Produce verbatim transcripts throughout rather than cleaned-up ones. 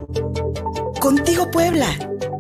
Contigo Puebla.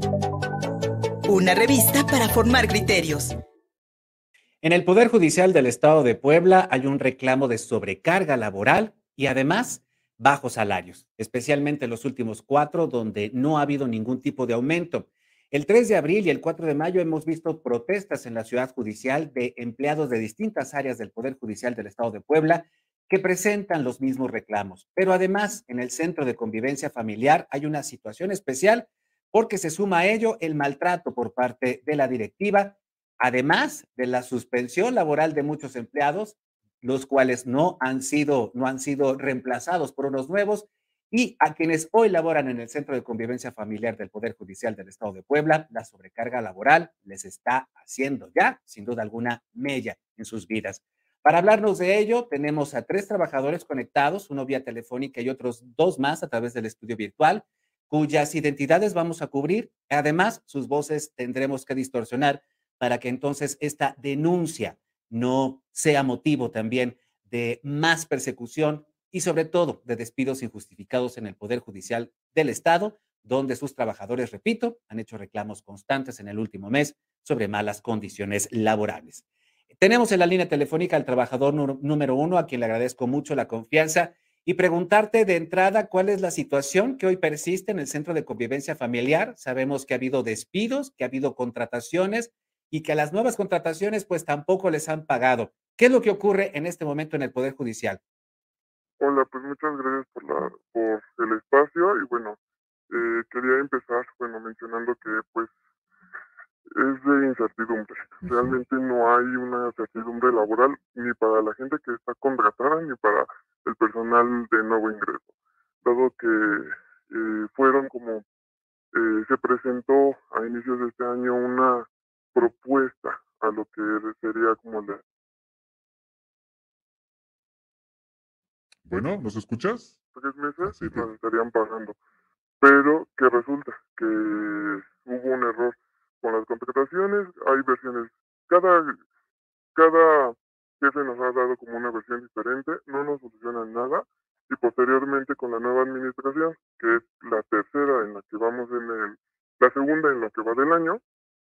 Una revista para formar criterios. En el Poder Judicial del Estado de Puebla hay un reclamo de sobrecarga laboral y además bajos salarios, especialmente los últimos cuatro, donde no ha habido ningún tipo de aumento. El tres de abril y el cuatro de mayo hemos visto protestas en la ciudad judicial de empleados de distintas áreas del Poder Judicial del Estado de Puebla que presentan los mismos reclamos. Pero además, en el Centro de Convivencia Familiar hay una situación especial porque se suma a ello el maltrato por parte de la directiva, además de la suspensión laboral de muchos empleados, los cuales no han sido, no han sido reemplazados por unos nuevos, y a quienes hoy laboran en el Centro de Convivencia Familiar del Poder Judicial del Estado de Puebla, la sobrecarga laboral les está haciendo ya, sin duda alguna, mella en sus vidas. Para hablarnos de ello, tenemos a tres trabajadores conectados, uno vía telefónica y otros dos más a través del estudio virtual, cuyas identidades vamos a cubrir. Además, sus voces tendremos que distorsionar para que entonces esta denuncia no sea motivo también de más persecución y sobre todo de despidos injustificados en el Poder Judicial del Estado, donde sus trabajadores, repito, han hecho reclamos constantes en el último mes sobre malas condiciones laborales. Tenemos en la línea telefónica al trabajador número uno, a quien le agradezco mucho la confianza, y preguntarte de entrada cuál es la situación que hoy persiste en el Centro de Convivencia Familiar. Sabemos que ha habido despidos, que ha habido contrataciones y que a las nuevas contrataciones pues tampoco les han pagado. ¿Qué es lo que ocurre en este momento en el Poder Judicial? Hola, pues muchas gracias por la por el espacio y bueno, eh, quería empezar, bueno, mencionando que pues es de incertidumbre. Realmente no hay una certidumbre laboral ni para la gente que está contratada ni para el personal de nuevo ingreso, dado que eh, fueron como eh, se presentó a inicios de este año una propuesta a lo que sería como la... Bueno, ¿nos escuchas? tres Ah, meses sí, te- nos estarían pagando. Pero que resulta que hubo un error con las contrataciones, hay versiones, cada, cada jefe nos ha dado como una versión diferente, no nos solucionan nada, y posteriormente con la nueva administración, que es la tercera en la que vamos en el, la segunda en la que va del año,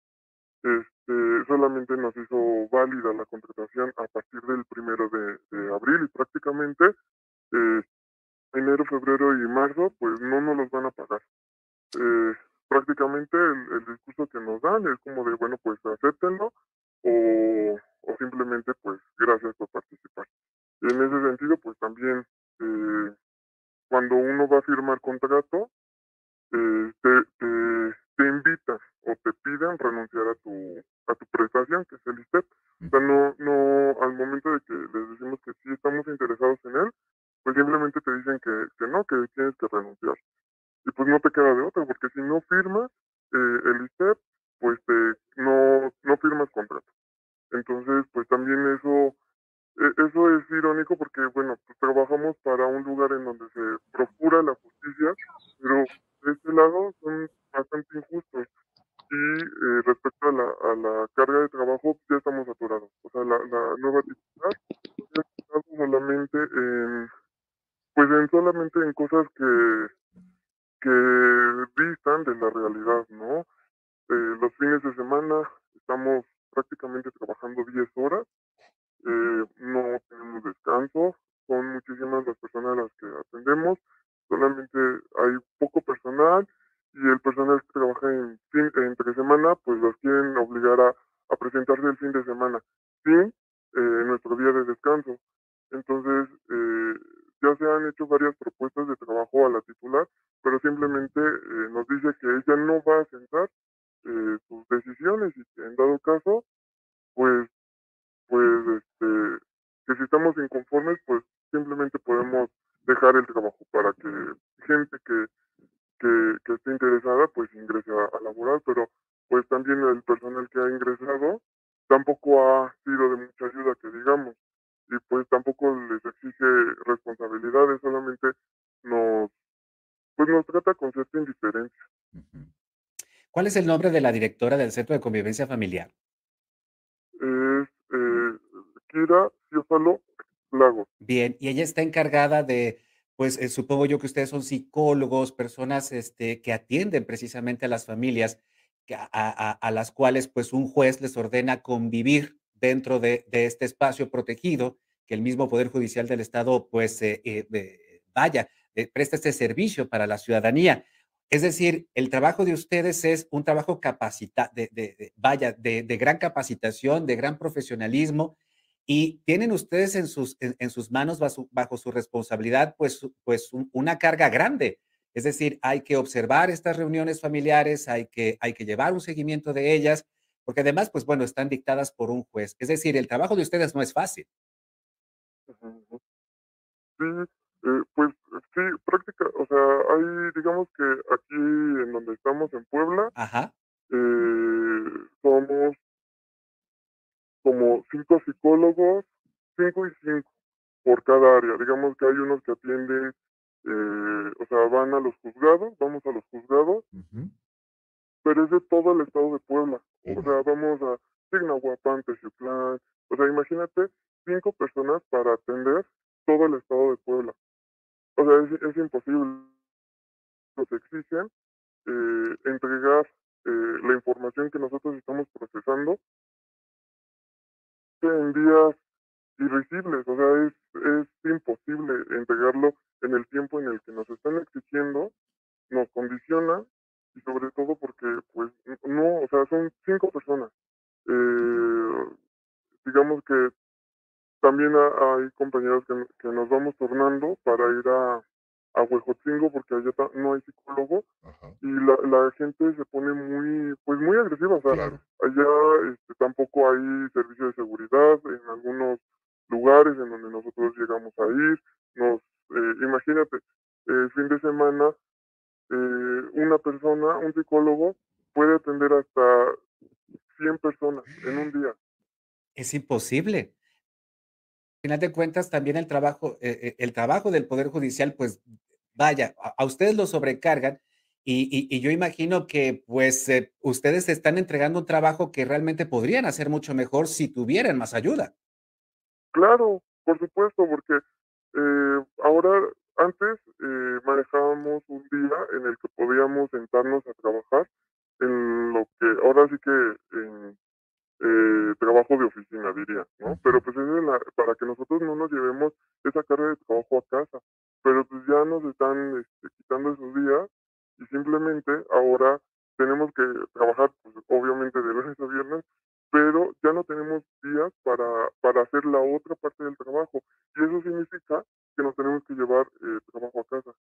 este, solamente nos hizo válida la contratación a partir del primero de, de abril y prácticamente eh, enero, febrero y marzo, pues no nos los van a pagar. Eh, prácticamente el, el discurso que nos dan es como de, bueno, pues acéptenlo o, o simplemente, pues, gracias por participar. Y en ese sentido, pues también, eh, cuando uno va a firmar contrato, eh, te, te, te invitan o te piden renunciar a tu, a tu prestación, que es el ISSSTE. O sea, no, no, al momento de que les decimos que sí estamos interesados en él, pues simplemente te dicen que, que no, que tienes que renunciar y pues no te queda de otra, porque si no firmas eh, el ISSSTE, pues te, no, no firmas contrato. Entonces, pues también eso, eh, eso es irónico porque, bueno, pues trabajamos para un lugar en donde se procura la justicia, pero de este lado son bastante injustos. Y eh, respecto a la, a la carga de trabajo, ya estamos saturados. O sea, la, la nueva titular ya está solamente en, pues en solamente en cosas que que distan de la realidad, ¿no? Eh, los fines de semana estamos prácticamente trabajando diez horas, eh, no tenemos descanso, son muchísimas las personas a las que atendemos, solamente hay poco personal y el personal que trabaja en fin, entre semana, pues los quieren obligar a, a presentarse el fin de semana sin eh, nuestro día de descanso. Entonces, eh, ya se han hecho varias propuestas de trabajo a la titular, pero simplemente eh, nos dice que ella no va a sentar eh, sus decisiones y que en dado caso, pues, pues, este, que si estamos inconformes, pues simplemente podemos dejar el trabajo para que gente que, que, que esté interesada, pues ingrese a, a laborar, pero pues también el personal que ha ingresado tampoco ha sido de mucha ayuda, que digamos, y pues tampoco les exige responsabilidades, solamente nos, pues nos trata con cierta indiferencia. Ujú. ¿Cuál es el nombre de la directora del Centro de Convivencia Familiar? Es eh, Kira Ciofalo Lagos. Bien, y ella está encargada de Pues, eh, supongo yo que ustedes son psicólogos, personas, este, que atienden precisamente a las familias que a a a las cuales, pues, un juez les ordena convivir dentro de de este espacio protegido, que el mismo Poder Judicial del Estado, pues, eh eh, de vaya, eh, presta este servicio para la ciudadanía. Es decir, el trabajo de ustedes es un trabajo capacita de de de vaya, de de gran capacitación, de gran profesionalismo, y tienen ustedes en sus en en sus manos, baso bajo su responsabilidad, pues su pues un una carga grande. Es decir, hay que observar estas reuniones familiares, hay que hay que llevar un seguimiento de ellas, porque además, pues bueno, están dictadas por un juez. Es decir, el trabajo de ustedes no es fácil. Ujú, ujú. Sí, eh, pues sí, práctica, o sea, hay, digamos que aquí en donde estamos en Puebla, Ajá. eh, somos como cinco psicólogos, cinco y cinco por cada área. Digamos que hay unos que atienden, eh, o sea, van a los juzgados, vamos a los juzgados, Ujú. pero es de todo el estado de Puebla. Oh O my. sea, vamos a Tignahuapan, Texutlán. O sea, imagínate cinco personas para atender todo el estado de Puebla. O sea, es, es imposible. Nos exigen eh, entregar eh, la información que nosotros estamos procesando en días irrisibles, o sea, es, es imposible entregarlo en el tiempo en el que nos están exigiendo, nos condiciona y sobre todo porque, pues, no, o sea, son cinco personas. Eh, digamos que también ha- hay compañeros que, que nos vamos turnando para ir a, a Huejotzingo porque allá ta- no hay psicólogo Ajá. y la, la gente se pone muy, pues muy agresiva, o sea, Claro. allá este, tampoco hay servicio de seguridad en algunos lugares en donde nosotros llegamos a ir, nos, eh, imagínate, el fin de semana eh, una persona, un psicólogo, puede atender hasta cien personas en un día. Es imposible. Final de cuentas, también el trabajo, eh eh, el trabajo del Poder Judicial, pues, vaya, a a ustedes lo sobrecargan, y y y yo imagino que, pues, eh, ustedes están entregando un trabajo que realmente podrían hacer mucho mejor si tuvieran más ayuda. Claro, por supuesto, porque eh, ahora, antes eh, manejábamos un día en el que podíamos sentarnos a trabajar en lo que ahora sí que en eh, trabajo de oficina, diría, ¿no? Pero Ujú. pues es de la- para que nosotros no nos llevemos esa carga de trabajo a casa. Pero pues ya nos están este, quitando esos días y simplemente ahora tenemos que trabajar, pues, obviamente de lunes a viernes, pero ya no tenemos días para, para hacer la otra parte del trabajo. Y eso significa que nos tenemos que llevar eh, trabajo a casa.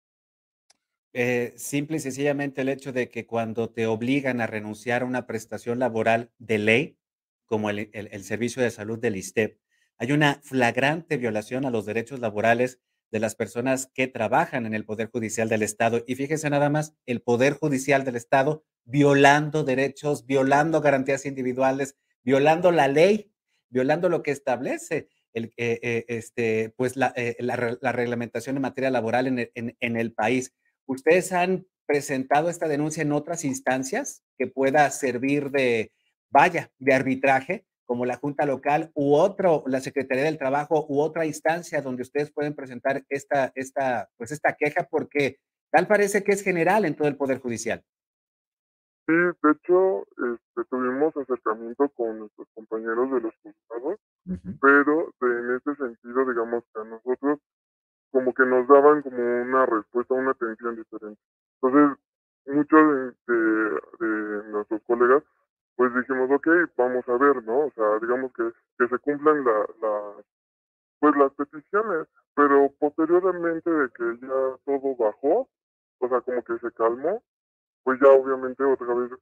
Eh, simple y sencillamente el hecho de que cuando te obligan a renunciar a una prestación laboral de ley, como el el el servicio de salud del ISSSTE, hay una flagrante violación a los derechos laborales de las personas que trabajan en el Poder Judicial del Estado. Y fíjese nada más, el Poder Judicial del Estado violando derechos, violando garantías individuales, violando la ley, violando lo que establece el, eh eh, este, pues, la, eh, la re la reglamentación en materia laboral en el en en el país. ¿Ustedes han presentado esta denuncia en otras instancias que pueda servir de, vaya, de arbitraje, como la junta local u otro, la Secretaría del Trabajo u otra instancia donde ustedes pueden presentar esta, esta, pues esta queja? Porque tal parece que es general en todo el Poder Judicial. Sí, de hecho, este, tuvimos acercamiento con nuestros compañeros de los juzgados, Ujú. pero de- en este sentido, digamos que a nosotros como que nos daban como una respuesta, una atención diferente. Entonces, muchos de, de- de nuestros colegas, pues dijimos, ok, vamos a ver, ¿no? O sea, digamos que, que se cumplan la, la- pues las peticiones, pero posteriormente de que ya todo bajó, o sea, como que se calmó, pues ya obviamente otra vez,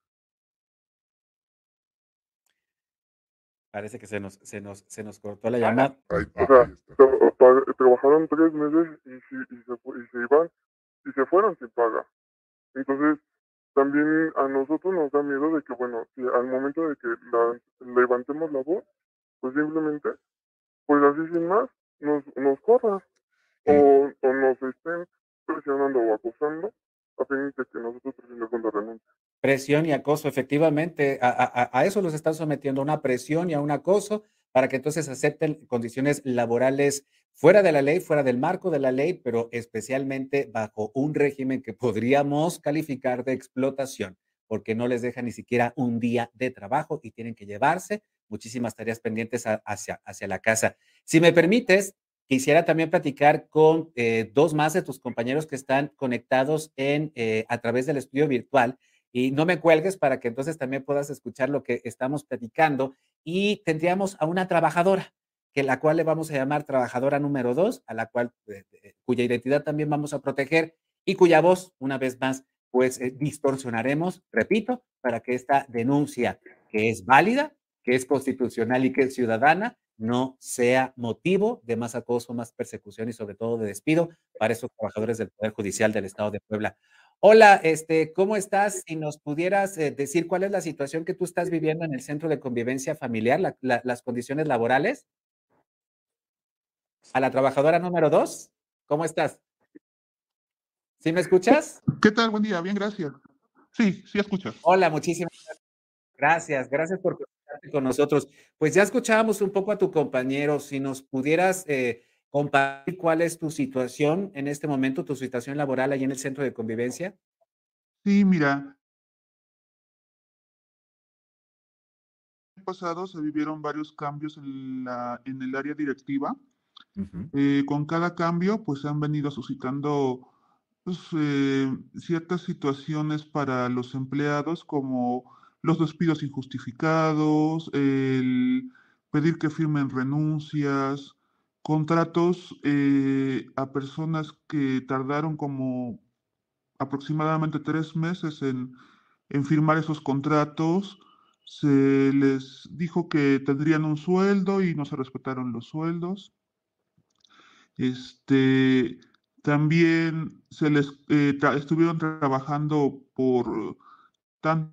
Parece que se nos, se nos, se nos cortó la llamada. Ahí, o ah, ahí sea, está. tra- pa- trabajaron tres meses y, si- y, se, fu- y se iban, y se fueron sin paga. Entonces, también a nosotros nos da miedo de que, bueno, si al momento de que la- levantemos la voz, pues simplemente, pues así sin más, nos, nos corran Y o, o nos estén presionando o acusando a fin de que nosotros presentemos la renuncia. Presión y acoso, efectivamente, a a a a eso los están sometiendo, a una presión y a un acoso para que entonces acepten condiciones laborales fuera de la ley, fuera del marco de la ley, pero especialmente bajo un régimen que podríamos calificar de explotación, porque no les deja ni siquiera un día de trabajo y tienen que llevarse muchísimas tareas pendientes a- hacia, hacia la casa. Si me permites, quisiera también platicar con eh, dos más de tus compañeros que están conectados en, eh, a través del estudio virtual y no me cuelgues para que entonces también puedas escuchar lo que estamos platicando y tendríamos a una trabajadora, que la cual le vamos a llamar trabajadora número dos, a la cual, eh, eh, cuya identidad también vamos a proteger y cuya voz, una vez más, pues eh, distorsionaremos, repito, para que esta denuncia, que es válida, que es constitucional y que es ciudadana, no sea motivo de más acoso, más persecución y sobre todo de despido para esos trabajadores del Poder Judicial del Estado de Puebla. Hola, este, ¿cómo estás? Si nos pudieras eh, decir cuál es la situación que tú estás viviendo en el centro de convivencia familiar, la- la- las condiciones laborales. A la trabajadora número dos, ¿cómo estás? ¿Sí me escuchas? ¿Qué tal? Buen día, bien, gracias. Sí, sí escuchas. Hola, muchísimas gracias. Gracias por conectarte con nosotros. Pues ya escuchábamos un poco a tu compañero. Si nos pudieras eh, compartir cuál es tu situación en este momento, tu situación laboral ahí en el centro de convivencia. Sí, mira, el año pasado se vivieron varios cambios en la, en el área directiva. Ujú. Eh, con cada cambio, pues se han venido suscitando pues, eh, ciertas situaciones para los empleados, como los despidos injustificados, el pedir que firmen renuncias, contratos eh, a personas que tardaron como aproximadamente tres meses en, en firmar esos contratos. Se les dijo que tendrían un sueldo y no se respetaron los sueldos. Este, también se les eh, tra- estuvieron trabajando por tanto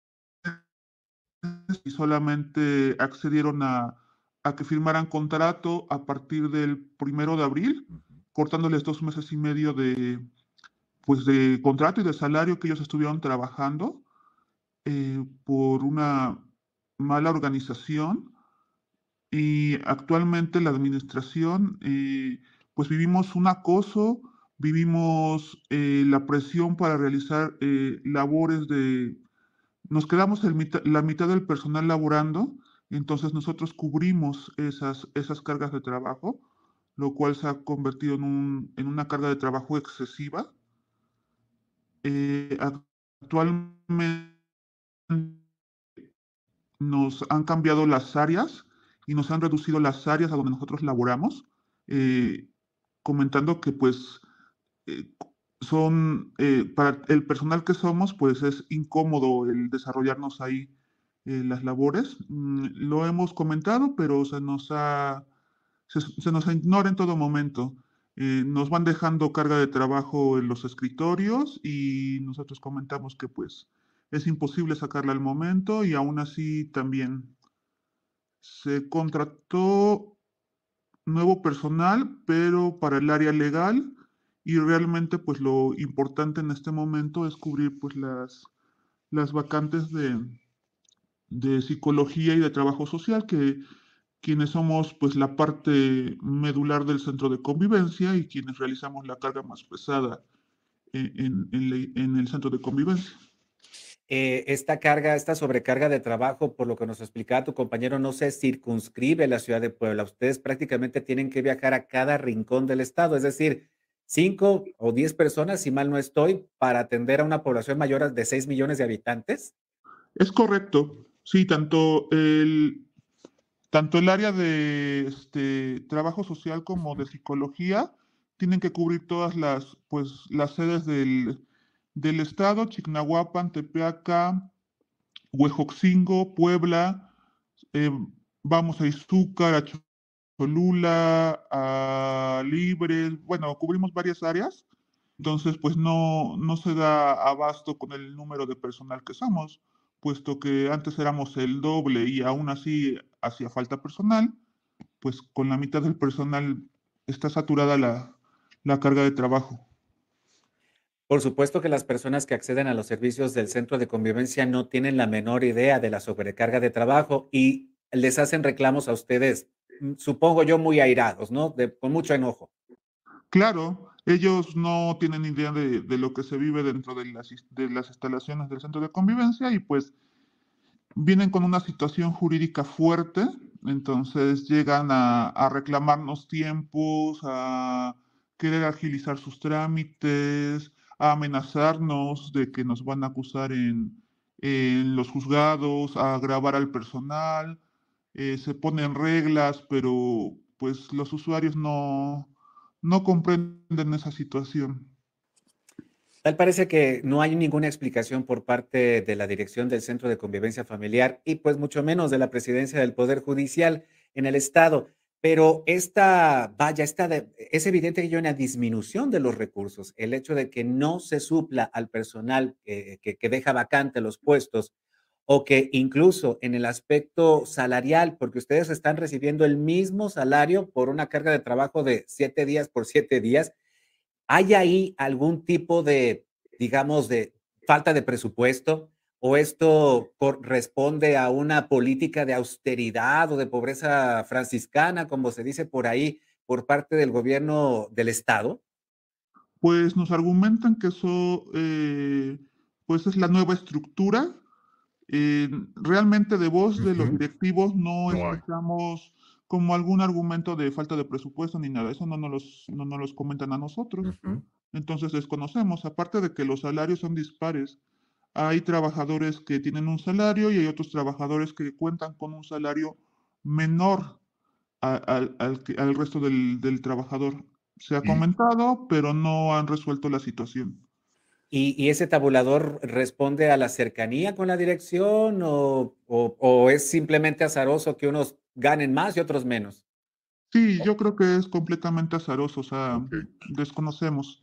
y solamente accedieron a, a que firmaran contrato a partir del primero de abril, cortándoles dos meses y medio de, pues, de contrato y de salario que ellos estuvieron trabajando eh, por una mala organización. Y actualmente la administración, eh, pues vivimos un acoso, vivimos eh, la presión para realizar eh, labores de... Nos quedamos el mitad- la mitad del personal laborando, entonces nosotros cubrimos esas, esas cargas de trabajo, lo cual se ha convertido en, un- en una carga de trabajo excesiva. Eh, actualmente nos han cambiado las áreas y nos han reducido las áreas a donde nosotros laboramos, eh, comentando que pues eh, son, eh, para el personal que somos, pues es incómodo el desarrollarnos ahí eh, las labores. Mm, lo hemos comentado, pero se nos ha, se, se nos ignora en todo momento. Eh, nos van dejando carga de trabajo en los escritorios y nosotros comentamos que pues es imposible sacarla al momento y aún así también se contrató nuevo personal, pero para el área legal y realmente pues lo importante en este momento es cubrir pues las, las vacantes de, de psicología y de trabajo social, que quienes somos pues la parte medular del centro de convivencia y quienes realizamos la carga más pesada en, en- en la- en el centro de convivencia. Eh, esta carga, esta sobrecarga de trabajo, por lo que nos explicaba tu compañero, no se circunscribe a la ciudad de Puebla. Ustedes prácticamente tienen que viajar a cada rincón del estado, es decir, cinco o diez personas, si mal no estoy, para atender a una población mayor a- de seis millones de habitantes. Es correcto, sí, tanto el, tanto el área de este, trabajo social como de Ujú. psicología tienen que cubrir todas las, pues, las sedes del, del estado: Chignahuapan, Tepeaca, Huejoxingo, Puebla, eh, vamos a Izúcar, a Cholula, a Libres, bueno, cubrimos varias áreas, entonces pues no, no se da abasto con el número de personal que somos, puesto que antes éramos el doble y aún así hacía falta personal, pues con la mitad del personal está saturada la, la carga de trabajo. Por supuesto que las personas que acceden a los servicios del centro de convivencia no tienen la menor idea de la sobrecarga de trabajo y les hacen reclamos a ustedes, mm, supongo yo, muy airados, ¿no? De, con mucho enojo. Claro, ellos no tienen idea de, de lo que se vive dentro de las, de las instalaciones del centro de convivencia y pues vienen con una situación jurídica fuerte, entonces llegan a, a reclamarnos tiempos, a querer agilizar sus trámites, a amenazarnos de que nos van a acusar en, en los juzgados, a grabar al personal, eh, se ponen reglas, pero pues los usuarios no, no comprenden esa situación. Tal parece que no hay ninguna explicación por parte de la dirección del Centro de Convivencia Familiar y pues mucho menos de la presidencia del Poder Judicial en el Estado. Pero esta, vaya, esta de- es evidente que hay una disminución de los recursos. El hecho de que no se supla al personal que, que que deja vacante los puestos o que incluso en el aspecto salarial, porque ustedes están recibiendo el mismo salario por una carga de trabajo de siete días por siete días. ¿Hay ahí algún tipo de, digamos, de falta de presupuesto? ¿O esto corresponde a una política de austeridad o de pobreza franciscana, como se dice por ahí, por parte del gobierno del estado? Pues nos argumentan que eso eh, pues es la nueva estructura. Eh, realmente de voz de los Ujú. directivos no No hay. escuchamos como algún argumento de falta de presupuesto ni nada. Eso no nos los, no nos los comentan a nosotros. Ujú. Entonces desconocemos, aparte de que los salarios son dispares. Hay trabajadores que tienen un salario y hay otros trabajadores que cuentan con un salario menor a- al, al que- al resto del, del trabajador. Se ha Y comentado, pero no han resuelto la situación. ¿Y, y ese tabulador responde a la cercanía con la dirección o, o- o es simplemente azaroso que unos ganen más y otros menos? Sí, yo creo que es completamente azaroso, o sea, okey. desconocemos.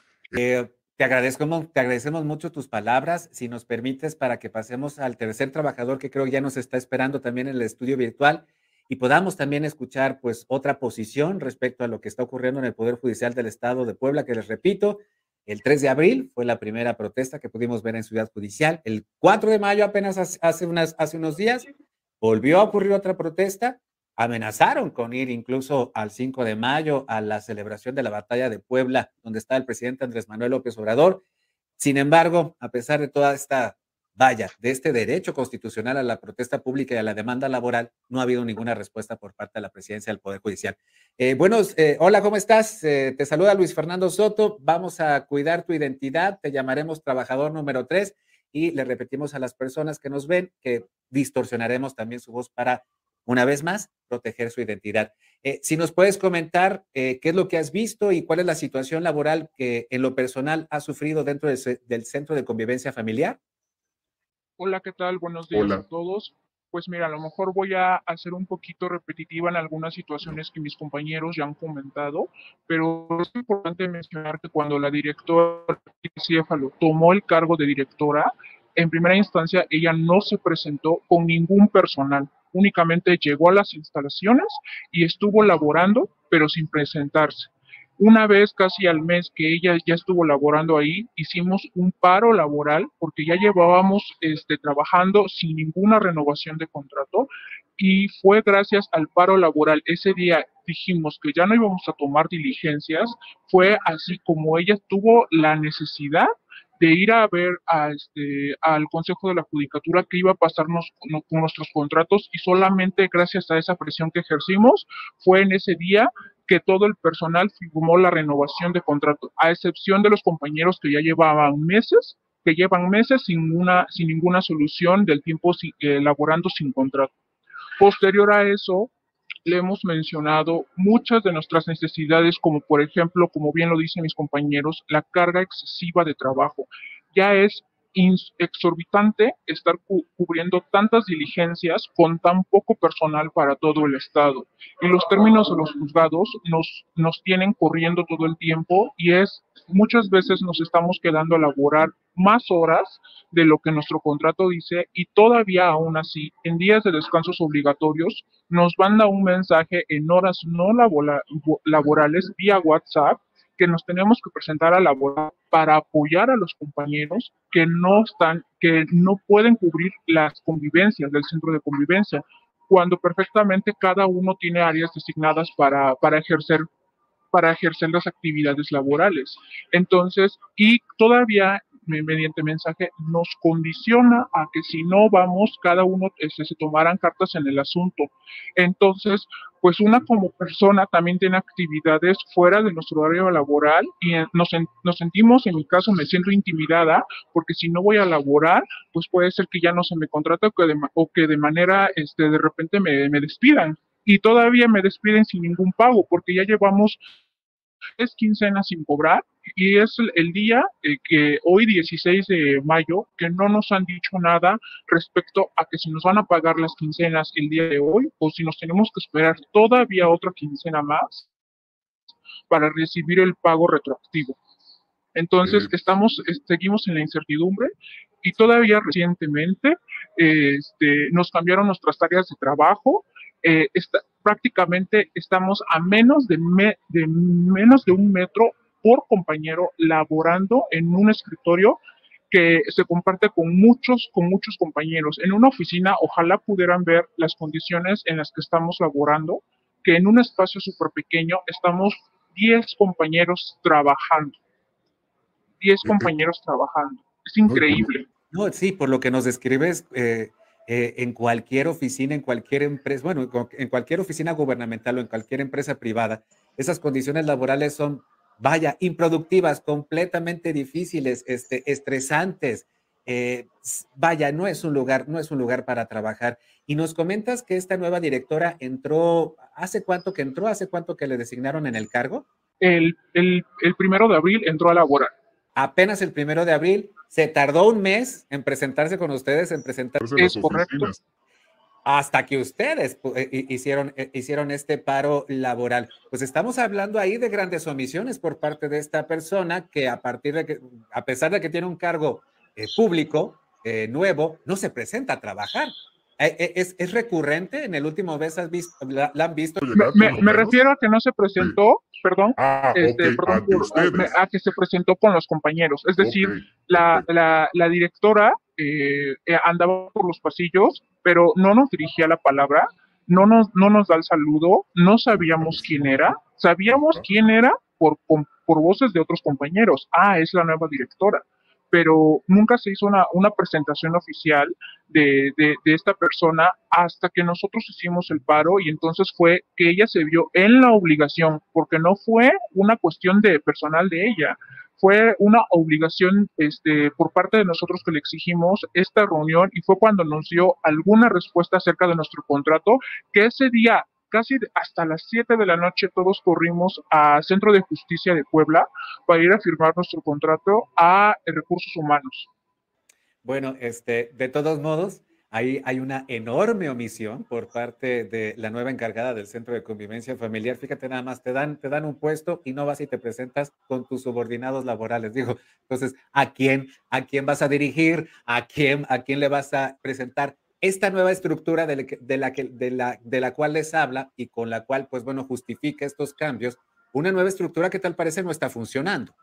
Eh, te agradezco, mo- te agradecemos mucho tus palabras. Si nos permites, para que pasemos al tercer trabajador que creo ya nos está esperando también en el estudio virtual y podamos también escuchar pues otra posición respecto a lo que está ocurriendo en el Poder Judicial del Estado de Puebla, que les repito, el tres de abril fue la primera protesta que pudimos ver en Ciudad Judicial. El cuatro de mayo, apenas hace, hace unas, hace unos días, volvió a ocurrir otra protesta. Amenazaron con ir incluso al cinco de mayo a la celebración de la batalla de Puebla, donde está el presidente Andrés Manuel López Obrador. Sin embargo, a pesar de toda esta valla, de este derecho constitucional a la protesta pública y a la demanda laboral, no ha habido ninguna respuesta por parte de la presidencia del Poder Judicial. Eh, buenos, eh, hola, ¿cómo estás? Eh, te saluda Luis Fernando Soto. Vamos a cuidar tu identidad. Te llamaremos trabajador número tres y le repetimos a las personas que nos ven que distorsionaremos también su voz para una vez más, proteger su identidad. Eh, si nos puedes comentar eh, qué es lo que has visto y cuál es la situación laboral que en lo personal has sufrido dentro de, del Centro de Convivencia Familiar. Hola, ¿qué tal? Buenos días a Hola. todos. Pues mira, a lo mejor voy a hacer un poquito repetitiva en algunas situaciones que mis compañeros ya han comentado, pero es importante mencionar que cuando la directora Céfalo tomó el cargo de directora, en primera instancia ella no se presentó con ningún personal, únicamente llegó a las instalaciones y estuvo laborando, pero sin presentarse. Una vez casi al mes que ella ya estuvo laborando ahí, hicimos un paro laboral porque ya llevábamos este, trabajando sin ninguna renovación de contrato y fue gracias al paro laboral. Ese día dijimos que ya no íbamos a tomar diligencias, fue así como ella tuvo la necesidad de ir a ver a este, al Consejo de la Judicatura qué iba a pasarnos con, con nuestros contratos y solamente gracias a esa presión que ejercimos fue en ese día que todo el personal firmó la renovación de contrato, a excepción de los compañeros que ya llevaban meses, que llevan meses sin, una, sin ninguna solución del tiempo si, eh, laborando sin contrato. Posterior a eso, le hemos mencionado muchas de nuestras necesidades, como por ejemplo, como bien lo dicen mis compañeros, la carga excesiva de trabajo. Ya es exorbitante estar cu cubriendo tantas diligencias con tan poco personal para todo el Estado. Y los términos de los juzgados nos, nos tienen corriendo todo el tiempo y es muchas veces nos estamos quedando a laborar más horas de lo que nuestro contrato dice y todavía aún así, en días de descansos obligatorios, nos manda un mensaje en horas no labora, laborales vía WhatsApp que nos tenemos que presentar a laborar para apoyar a los compañeros que no están, que no pueden cubrir las convivencias del centro de convivencia. cuando perfectamente cada uno tiene áreas designadas para, para ejercer para ejercer las actividades laborales. Entonces, y todavía mediante mensaje nos condiciona a que si no vamos, cada uno este, se tomaran cartas en el asunto. Entonces, pues una como persona también tiene actividades fuera de nuestro horario laboral y nos, nos sentimos, en mi caso me siento intimidada, porque si no voy a laborar, pues puede ser que ya no se me contrate o que de, o que de manera, este, de repente me, me despidan. Y todavía me despiden sin ningún pago, porque ya llevamos tres quincenas sin cobrar y es el, el día eh, que hoy dieciséis de mayo que no nos han dicho nada respecto a que si nos van a pagar las quincenas el día de hoy o si nos tenemos que esperar todavía otra quincena más para recibir el pago retroactivo. Entonces Eh, estamos, eh, seguimos en la incertidumbre y todavía recientemente eh, este, nos cambiaron nuestras áreas de trabajo. Eh, está, prácticamente estamos a menos de, me, de menos de un metro por compañero laborando en un escritorio que se comparte con muchos, con muchos compañeros. En una oficina, ojalá pudieran ver las condiciones en las que estamos laborando, que en un espacio súper pequeño estamos diez compañeros trabajando. diez eh, eh, compañeros trabajando. Es no, y por lo, increíble. No, sí, por lo que nos describes, eh, eh, en cualquier oficina, en cualquier empresa, bueno, co- en cualquier oficina gubernamental o en cualquier empresa privada, esas condiciones laborales son, vaya, improductivas, completamente difíciles, este, estresantes. eh, s- vaya, no es un lugar, no es un lugar para trabajar. Y nos comentas que esta nueva directora entró, ¿hace cuánto que entró? ¿Hace cuánto que le designaron en el cargo? El, el, el primero de abril entró a laborar. Apenas el primero de abril, se tardó un mes en presentarse con ustedes, en presentar en las Es correcto. oficinas. hasta que ustedes pu- eh, hi- hicieron, eh, hicieron este paro laboral. Pues estamos hablando ahí de grandes omisiones por parte de esta persona que a partir de que, a pesar de que tiene un cargo eh, público eh, nuevo, no se presenta a trabajar. Eh, eh, ¿Es, es recurrente? ¿En el último vez has visto, la, la han visto? Me, Llegar, por me, lo me menos. refiero a que no se Sí. presentó, perdón, Ah, ok, este, perdón ante por, a, me- ustedes. a que se presentó con los compañeros. Es Ok, decir, la, perfecto. la, la directora eh, eh, andaba por los pasillos, pero no nos dirigía la palabra, no nos, no nos da el saludo, no sabíamos quién era, sabíamos Ajá. quién era por, por, por voces de otros compañeros. Ah, es la nueva directora. Pero nunca se hizo una, una presentación oficial de, de, de esta persona hasta que nosotros hicimos el paro y entonces fue que ella se vio en la obligación, porque no fue una cuestión de personal de ella, fue una obligación este, por parte de nosotros que le exigimos esta reunión y fue cuando nos dio alguna respuesta acerca de nuestro contrato, que ese día casi hasta las siete de la noche todos corrimos al Centro de Justicia de Puebla para ir a firmar nuestro contrato a Recursos Humanos. Bueno, este, de todos modos, ahí hay una enorme omisión por parte de la nueva encargada del Centro de Convivencia Familiar. Fíjate nada más, te dan, te dan un puesto y no vas y te presentas con tus subordinados laborales. Digo, entonces, ¿a quién, a quién vas a dirigir? ¿A quién, a quién le vas a presentar esta nueva estructura de la, que- de la que, de la, de la cual les habla y con la cual, pues bueno, justifica estos cambios? Una nueva estructura que tal parece no está funcionando.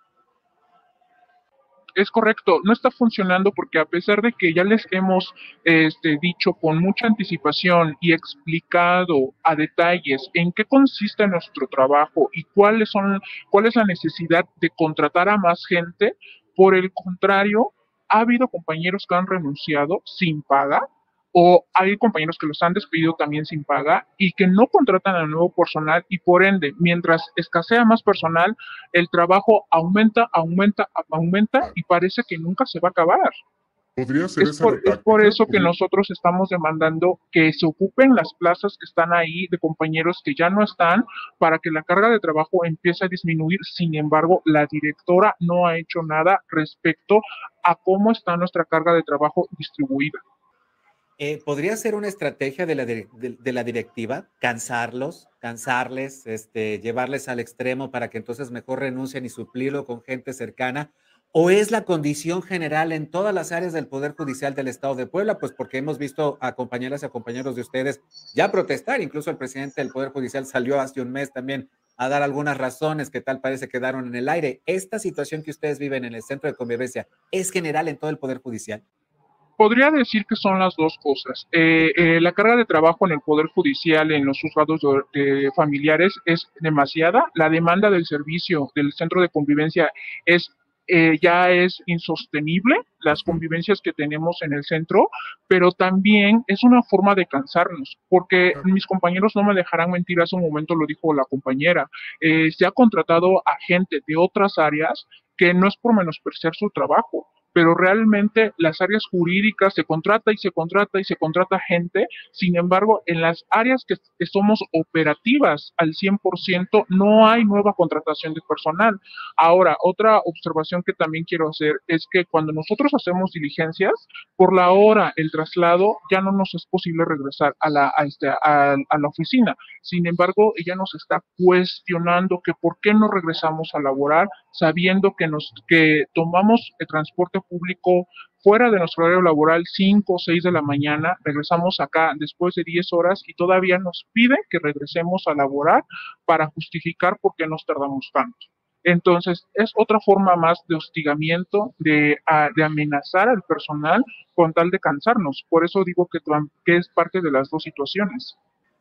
Es correcto, no está funcionando porque a pesar de que ya les hemos este, dicho con mucha anticipación y explicado a detalles en qué consiste nuestro trabajo y cuáles son, cuál es la necesidad de contratar a más gente, por el contrario, ha habido compañeros que han renunciado sin paga o hay compañeros que los han despedido también sin paga y que no contratan al nuevo personal y por ende, mientras escasea más personal, el trabajo aumenta, aumenta, aumenta Ah, y parece que nunca se va a acabar. ¿podría ser Es esa por, la es por táctica? eso que ¿Podría- nosotros estamos demandando que se ocupen las plazas que están ahí de compañeros que ya no están para que la carga de trabajo empiece a disminuir. Sin embargo, la directora no ha hecho nada respecto a cómo está nuestra carga de trabajo distribuida. Eh, ¿podría ser una estrategia de la, de, de- de la directiva cansarlos, cansarles, este, llevarles al extremo para que entonces mejor renuncien y suplirlo con gente cercana? ¿O es la condición general en todas las áreas del Poder Judicial del Estado de Puebla? Pues porque hemos visto a compañeras y a compañeros de ustedes ya protestar, incluso el presidente del Poder Judicial salió hace un mes también a dar algunas razones que tal parece quedaron en el aire. ¿Esta situación que ustedes viven en el centro de convivencia es general en todo el Poder Judicial? Podría decir que son las dos cosas. Eh, eh, la carga de trabajo en el Poder Judicial, en los juzgados de, de familiares, es demasiada. La demanda del servicio del centro de convivencia es eh, ya es insostenible, las convivencias que tenemos en el centro, pero también es una forma de cansarnos, porque mis compañeros no me dejarán mentir, hace un momento lo dijo la compañera, eh, se ha contratado a gente de otras áreas que no es por menospreciar su trabajo, pero realmente las áreas jurídicas se contrata y se contrata y se contrata gente, sin embargo, en las áreas que, que somos operativas al cien por ciento no hay nueva contratación de personal. Ahora, otra observación que también quiero hacer es que cuando nosotros hacemos diligencias, por la hora, el traslado, ya no nos es posible regresar a la, a este, a, a la oficina. Sin embargo, ella nos está cuestionando que por qué no regresamos a laborar sabiendo que nos que tomamos el transporte público fuera de nuestro horario laboral cinco o seis de la mañana, regresamos acá después de diez horas y todavía nos piden que regresemos a laborar para justificar por qué nos tardamos tanto. Entonces, es otra forma más de hostigamiento, de, a, de amenazar al personal con tal de cansarnos. Por eso digo que, que es parte de las dos situaciones.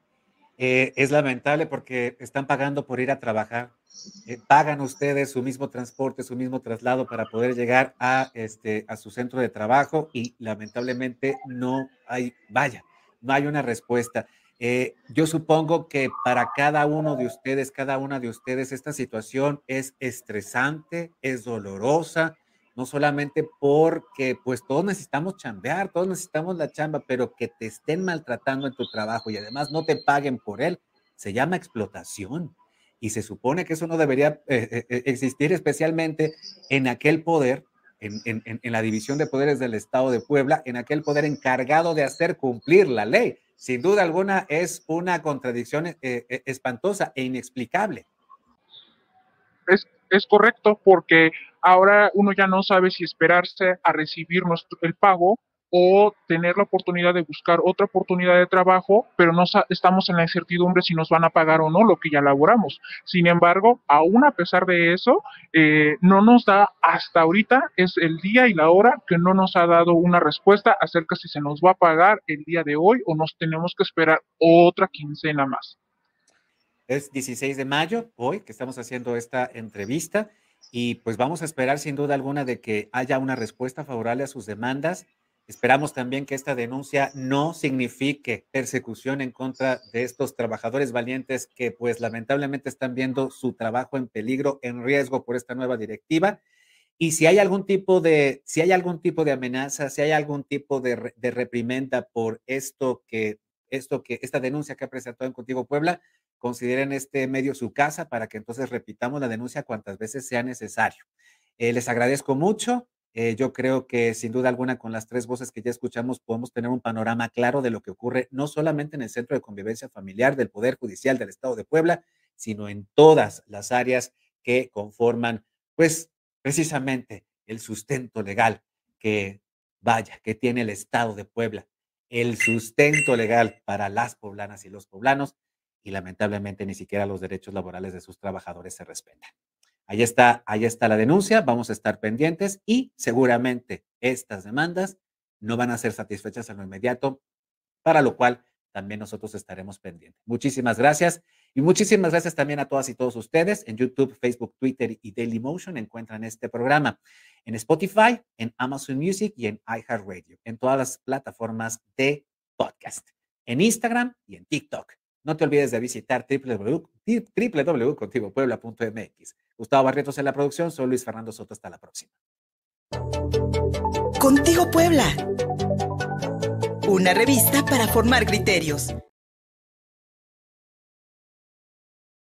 Eh, es lamentable porque están pagando por ir a trabajar. Eh, pagan ustedes su mismo transporte, su mismo traslado para poder llegar a, este, a su centro de trabajo y lamentablemente no hay, vaya, no hay una respuesta. Eh, yo supongo que para cada uno de ustedes, cada una de ustedes, esta situación es estresante, es dolorosa, no solamente porque pues todos necesitamos chambear, todos necesitamos la chamba, pero que te estén maltratando en tu trabajo y además no te paguen por él, se llama explotación. Y se supone que eso no debería eh, eh, existir, especialmente en aquel poder, en, en, en la división de poderes del Estado de Puebla, en aquel poder encargado de hacer cumplir la ley. Sin duda alguna es una contradicción eh, eh, espantosa e inexplicable. Es, es correcto, porque ahora uno ya no sabe si esperarse a recibir nuestro, el pago o tener la oportunidad de buscar otra oportunidad de trabajo, pero no estamos en la incertidumbre si nos van a pagar o no lo que ya laboramos. Sin embargo, aún a pesar de eso, eh, no nos da hasta ahorita, es el día y la hora que no nos ha dado una respuesta acerca si se nos va a pagar el día de hoy o nos tenemos que esperar otra quincena más. Es dieciséis de mayo, hoy que estamos haciendo esta entrevista, y pues vamos a esperar sin duda alguna de que haya una respuesta favorable a sus demandas. Esperamos también que esta denuncia no signifique persecución en contra de estos trabajadores valientes que pues lamentablemente están viendo su trabajo en peligro, en riesgo por esta nueva directiva. Y si hay algún tipo de, si hay algún tipo de amenaza, si hay algún tipo de, de reprimenda por esto que, esto que, esta denuncia que ha presentado en Contigo Puebla, consideren este medio su casa para que entonces repitamos la denuncia cuantas veces sea necesario. Eh, les agradezco mucho. Eh, yo creo que sin duda alguna con las tres voces que ya escuchamos podemos tener un panorama claro de lo que ocurre no solamente en el Centro de Convivencia Familiar del Poder Judicial del Estado de Puebla, sino en todas las áreas que conforman, pues, precisamente el sustento legal que, vaya, que tiene el Estado de Puebla, el sustento legal para las poblanas y los poblanos, y lamentablemente ni siquiera los derechos laborales de sus trabajadores se respetan. Ahí está, ahí está la denuncia, vamos a estar pendientes y seguramente estas demandas no van a ser satisfechas en lo inmediato, para lo cual también nosotros estaremos pendientes. Muchísimas gracias y muchísimas gracias también a todas y todos ustedes. En YouTube, Facebook, Twitter y Dailymotion encuentran este programa. En Spotify, en Amazon Music y en iHeartRadio, en todas las plataformas de podcast. En Instagram y en TikTok. No te olvides de visitar doble u doble u doble u punto contigo puebla punto m x. Gustavo Barrientos en la producción, soy Luis Fernando Soto. Hasta la próxima. Contigo Puebla. Una revista para formar criterios.